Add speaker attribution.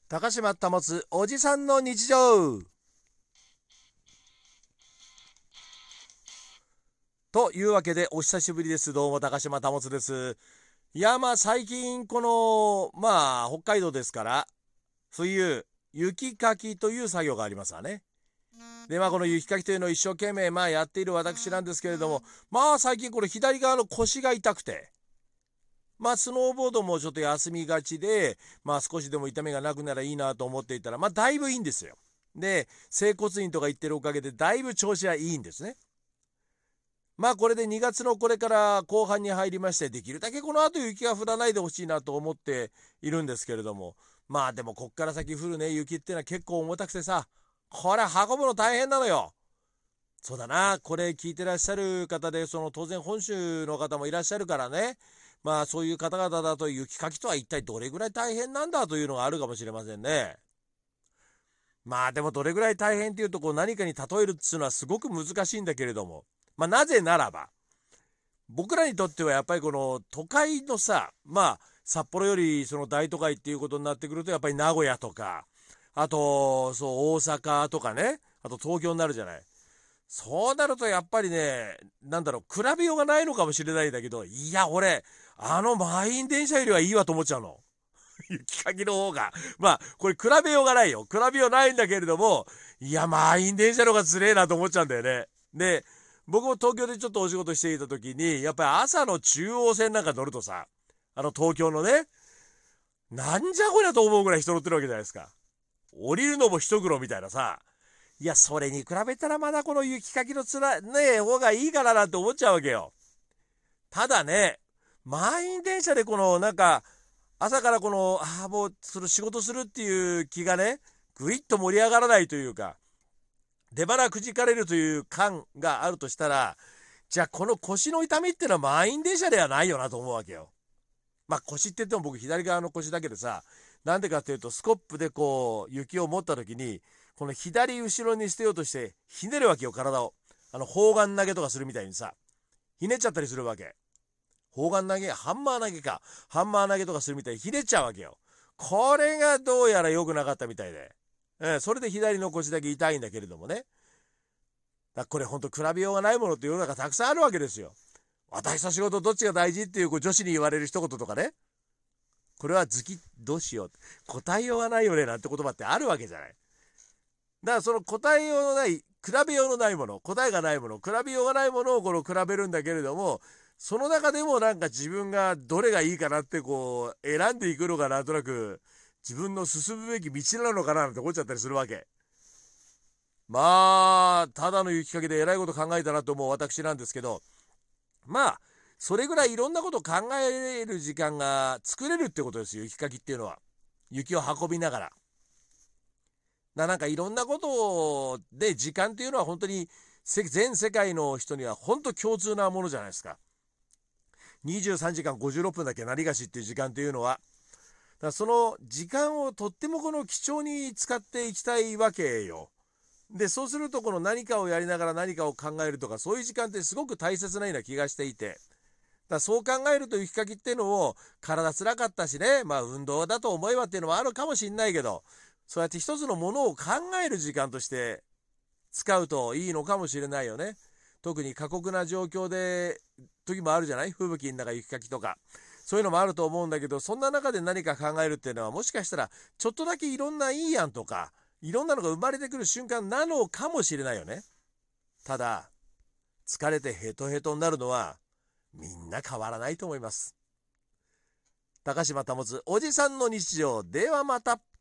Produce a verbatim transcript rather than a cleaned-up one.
Speaker 1: 高島保つおじさんの日常というわけで、お久しぶりです。どうも高島保です。いや、まあ最近このまあ北海道ですから、冬雪かきという作業がありますわね。で、まあこの雪かきというのを一生懸命まあやっている私なんですけれども、まあ最近これ左側の腰が痛くて、まあスノーボードもちょっと休みがちで、まあ少しでも痛みがなくならいいなと思っていたら、まあだいぶいいんですよ。で、整骨院とか行ってるおかげでだいぶ調子はいいんですね。まあこれでにがつのこれから後半に入りまして、できるだけこの後雪が降らないでほしいなと思っているんですけれども、まあでもこっから先降るね雪ってのは結構重たくてさ、これ運ぶの大変なのよ。そうだな、これ聞いてらっしゃる方で、その当然本州の方もいらっしゃるからね、まあそういう方々だと雪かきとは一体どれぐらい大変なんだというのがあるかもしれませんね。まあでもどれぐらい大変っていうと、こう何かに例えるっていうのはすごく難しいんだけれども、まあなぜならば、僕らにとってはやっぱりこの都会のさ、まあ札幌よりその大都会っていうことになってくると、やっぱり名古屋とか、あとそう大阪とかね、あと東京になるじゃない。そうなるとやっぱりね、なんだろう、比べようがないのかもしれないんだけど、いや俺あの満員電車よりはいいわと思っちゃうの。雪かきの方が。まあこれ比べようがないよ、比べようないんだけれども、いや満員電車の方がつれえなと思っちゃうんだよね。で、僕も東京でちょっとお仕事していた時に、やっぱり朝の中央線なんか乗るとさ、あの東京のね、なんじゃこりゃと思うぐらい人乗ってるわけじゃないですか。降りるのも一苦労みたいなさ。いやそれに比べたらまだこの雪かきのつらねえ方がいいからなって思っちゃうわけよ。ただね、満員電車でこのなんか朝からこのああもうその仕事するっていう気がね、ぐいっと盛り上がらないというか、出腹くじかれるという感があるとしたら、じゃあこの腰の痛みっていうのは満員電車ではないよなと思うわけよ。まあ腰って言っても僕左側の腰だけでさ、なんでかっていうとスコップでこう雪を持った時に、この左後ろに捨てようとしてひねるわけよ、体を。あの砲丸投げとかするみたいにさ、ひねっちゃったりするわけ。砲丸投げ、ハンマー投げか、ハンマー投げとかするみたいにひねっちゃうわけよ。これがどうやら良くなかったみたいで、えーそれで左の腰だけ痛いんだけれどもね。だこれほんと比べようがないものって世の中たくさんあるわけですよ。私と仕事どっちが大事っていうこう女子に言われる一言とかね、これは好きどうしよう答えようがないよねなんて言葉ってあるわけじゃない。だからその答えようのない、比べようのないもの、答えがないもの、比べようがないものをこの比べるんだけれども、その中でもなんか自分がどれがいいかなってこう選んでいくのがなんとなく自分の進むべき道なのかななんて思っちゃったりするわけ。まあただの雪かきでえらいこと考えたなと思う私なんですけど、まあそれぐらいいろんなことを考える時間が作れるってことですよ、雪かきっていうのは。雪を運びながら。ななんかいろんなことで時間っていうのは本当に全世界の人には本当共通なものじゃないですか。にじゅうさんじかんごじゅうろっぷんだけなりがしっていう時間というのは、だからその時間をとってもこの貴重に使っていきたいわけよ。でそうするとこの何かをやりながら何かを考えるとか、そういう時間ってすごく大切なような気がしていて、だからそう考えると雪かきっていうのを体つらかったしね、まあ運動だと思えばっていうのはあるかもしんないけど、そうやって一つのものを考える時間として使うといいのかもしれないよね。特に過酷な状況で時もあるじゃない、吹雪の中雪かきとか、そういうのもあると思うんだけど、そんな中で何か考えるっていうのはもしかしたらちょっとだけいろんないい案とかいろんなのが生まれてくる瞬間なのかもしれないよね。ただ疲れてヘトヘトになるのはみんな変わらないと思います。高島保おじさんの日常ではまた。